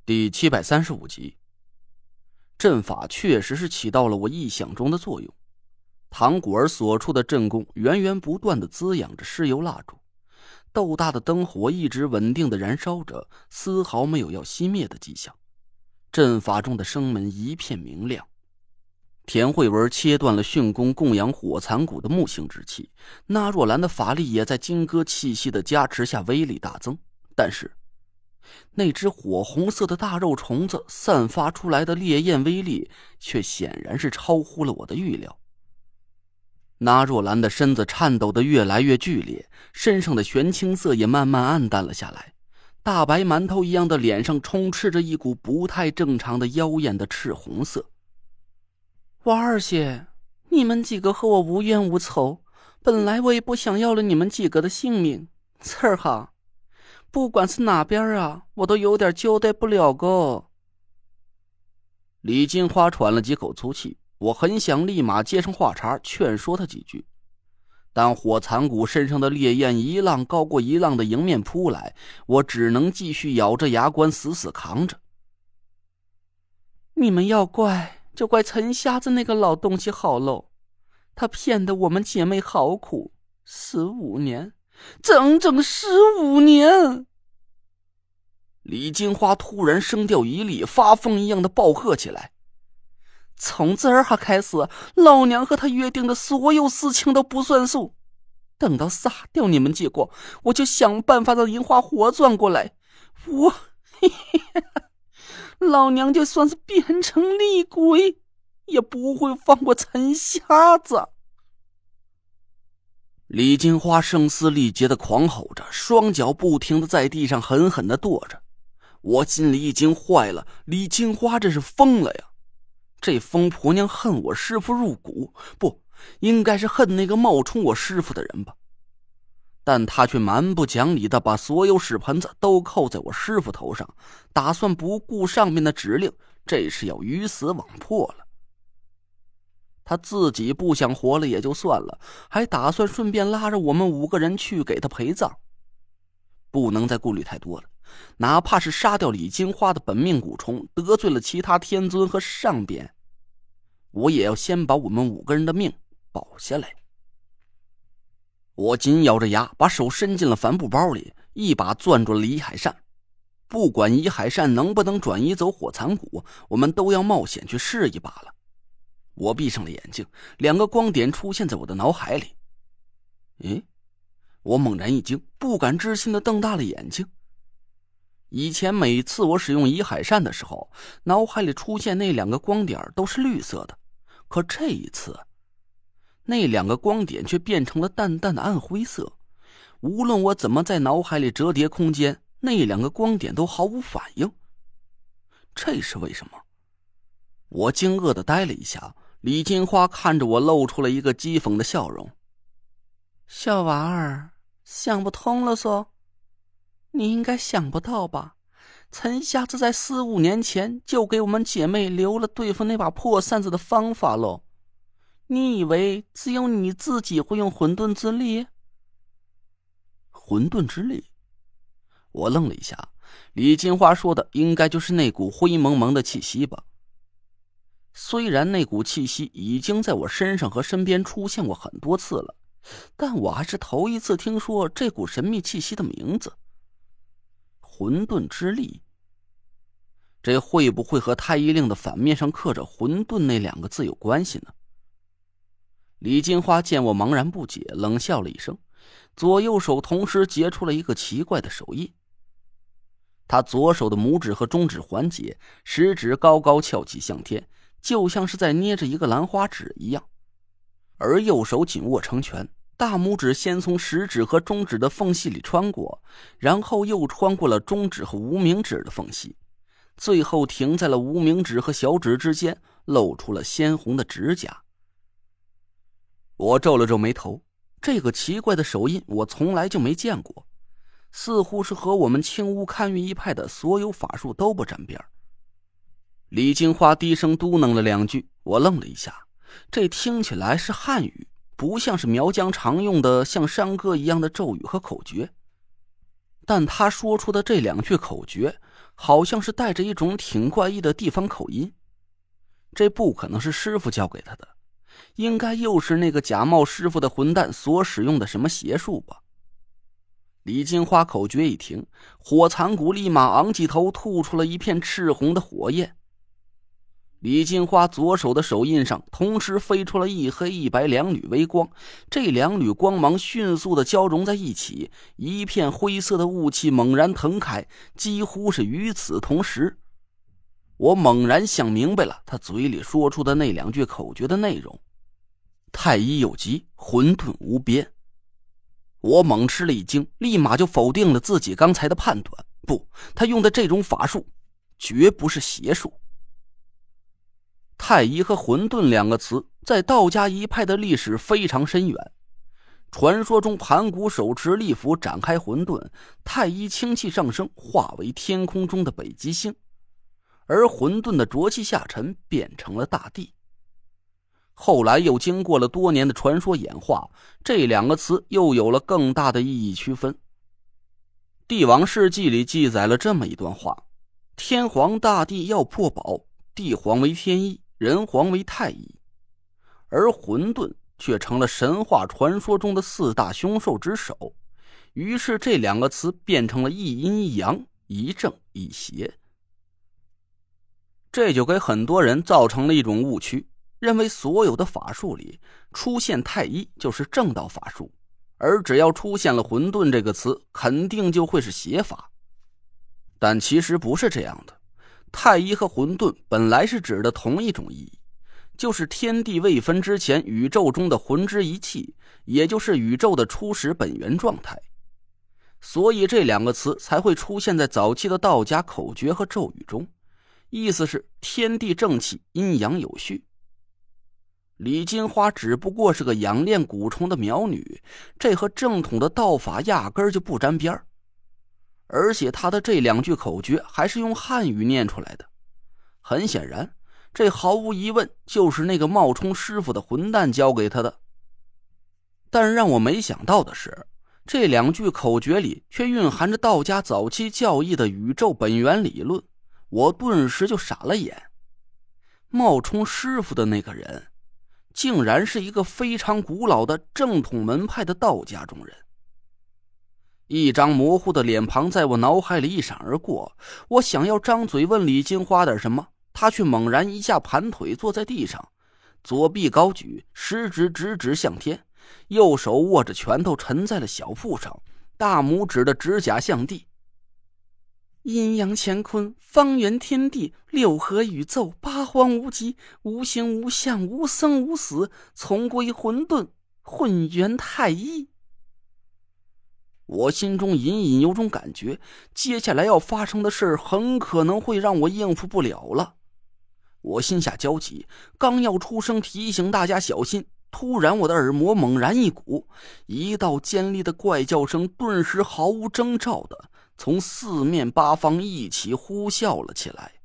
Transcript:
第735集，阵法确实是起到了我意想中的作用。唐古儿所处的阵宫源源不断地滋养着尸油蜡烛，豆大的灯火一直稳定地燃烧着，丝毫没有要熄灭的迹象。阵法中的生门一片明亮。田慧文切断了训宫供养火蚕谷的木星之气，那若兰的法力也在金戈气息的加持下威力大增，但是那只火红色的大肉虫子散发出来的烈焰威力却显然是超乎了我的预料。那若兰的身子颤抖得越来越剧烈，身上的玄青色也慢慢暗淡了下来，大白馒头一样的脸上充斥着一股不太正常的妖艳的赤红色。 娃儿些，你们几个和我无冤无仇，本来我也不想要了你们几个的性命，刺儿哈，不管是哪边啊，我都有点交代不了个。 李金花喘了几口粗气，我很想立马接上话茬劝说他几句，但火蚕谷身上的烈焰一浪高过一浪的迎面扑来，我只能继续咬着牙关死死扛着。 你们要怪就怪陈瞎子那个老东西好喽，他骗得我们姐妹好苦，15年，整整15年。 李金花突然声调一厉，发疯一样的暴喝起来。 从这儿开始，老娘和他约定的所有事情都不算数。等到杀掉你们几个，我就想办法让银花活转过来。老娘就算是变成厉鬼，也不会放过陈瞎子。 李金花声嘶力竭的狂吼着，双脚不停的在地上狠狠的跺着。我心里已经坏了，李金花这是疯了呀！这疯婆娘恨我师父入骨，不，应该是恨那个冒充我师父的人吧。但他却蛮不讲理的把所有屎盆子都扣在我师父头上，打算不顾上面的指令，这是要鱼死网破了。他自己不想活了也就算了，还打算顺便拉着我们5个人去给他陪葬。不能再顾虑太多了，哪怕是杀掉李金花的本命蛊虫，得罪了其他天尊和上边，我也要先把我们5个人的命保下来。我紧咬着牙，把手伸进了帆布包里，一把攥住了移海扇。不管移海扇能不能转移走火蚕谷，我们都要冒险去试一把了。我闭上了眼睛，2个光点出现在我的脑海里。我猛然一惊，不敢置信地瞪大了眼睛。以前每次我使用移海扇的时候，脑海里出现那2个光点都是绿色的，可这一次那2个光点却变成了淡淡的暗灰色，无论我怎么在脑海里折叠空间，那2个光点都毫无反应。这是为什么？我惊愕地呆了一下，李金花看着我露出了一个讥讽的笑容。 小娃儿，想不通了嗦？你应该想不到吧？陈瞎子在15年前就给我们姐妹留了对付那把破扇子的方法喽。你以为只有你自己会用混沌之力？ 混沌之力？我愣了一下，李金花说的应该就是那股灰蒙蒙的气息吧。虽然那股气息已经在我身上和身边出现过很多次了，但我还是头一次听说这股神秘气息的名字。混沌之力，这会不会和太医令的反面上刻着混沌那2个字有关系呢？李金花见我茫然不解，冷笑了一声，左右手同时结出了一个奇怪的手印。他左手的拇指和中指环结，食指高高翘起向天，就像是在捏着一个兰花指一样，而右手紧握成拳，大拇指先从食指和中指的缝隙里穿过，然后又穿过了中指和无名指的缝隙，最后停在了无名指和小指之间，露出了鲜红的指甲。我皱了皱眉头，这个奇怪的手印我从来就没见过，似乎是和我们青乌堪舆一派的所有法术都不沾边。李金花低声嘟囔了2句，我愣了一下，这听起来是汉语，不像是苗疆常用的像山歌一样的咒语和口诀。但他说出的这2句口诀好像是带着一种挺怪异的地方口音。这不可能是师傅教给他的，应该又是那个假冒师傅的混蛋所使用的什么邪术吧。李金花口诀一停，火蚕蛊立马昂起头，吐出了一片赤红的火焰。李金花左手的手印上同时飞出了一黑一白两缕微光，这两缕光芒迅速的交融在一起，一片灰色的雾气猛然腾开，几乎是与此同时。我猛然想明白了他嘴里说出的那两句口诀的内容：太一有极，混沌无边。我猛吃了一惊，立马就否定了自己刚才的判断。不，他用的这种法术绝不是邪术。太一和混沌两个词在道家一派的历史非常深远。传说中盘古手持利斧展开混沌，太一清气上升，化为天空中的北极星，而混沌的浊气下沉，变成了大地。后来又经过了多年的传说演化，这两个词又有了更大的意义区分。帝王世纪里记载了这么一段话：天皇大帝要破宝，帝皇为天一，人皇为太一，而混沌却成了神话传说中的四大凶兽之首。于是这两个词变成了一阴一阳，一正一邪。这就给很多人造成了一种误区，认为所有的法术里出现太一就是正道法术，而只要出现了混沌这个词，肯定就会是邪法。但其实不是这样的，太一和混沌本来是指的同一种意义，就是天地未分之前宇宙中的混之一气，也就是宇宙的初始本源状态。所以这两个词才会出现在早期的道家口诀和咒语中，意思是天地正气，阴阳有序。李金花只不过是个养炼蛊虫的苗女，这和正统的道法压根儿就不沾边儿。而且他的这两句口诀还是用汉语念出来的，很显然这毫无疑问就是那个冒充师傅的混蛋教给他的。但让我没想到的是，这两句口诀里却蕴含着道家早期教义的宇宙本源理论，我顿时就傻了眼。冒充师傅的那个人竟然是一个非常古老的正统门派的道家中人。一张模糊的脸庞在我脑海里一闪而过，我想要张嘴问李金花点什么，他却猛然一下盘腿坐在地上，左臂高举，食指直指向天，右手握着拳头沉在了小腹上，大拇指的指甲向地。阴阳乾坤，方圆天地，六合宇宙，八荒无极，无形无相，无生无死，从归混沌，混元太一。我心中隐隐有种感觉，接下来要发生的事很可能会让我应付不了了。我心下焦急，刚要出声提醒大家小心，突然我的耳膜猛然一鼓，一道尖利的怪叫声顿时毫无征兆的从四面八方一起呼啸了起来。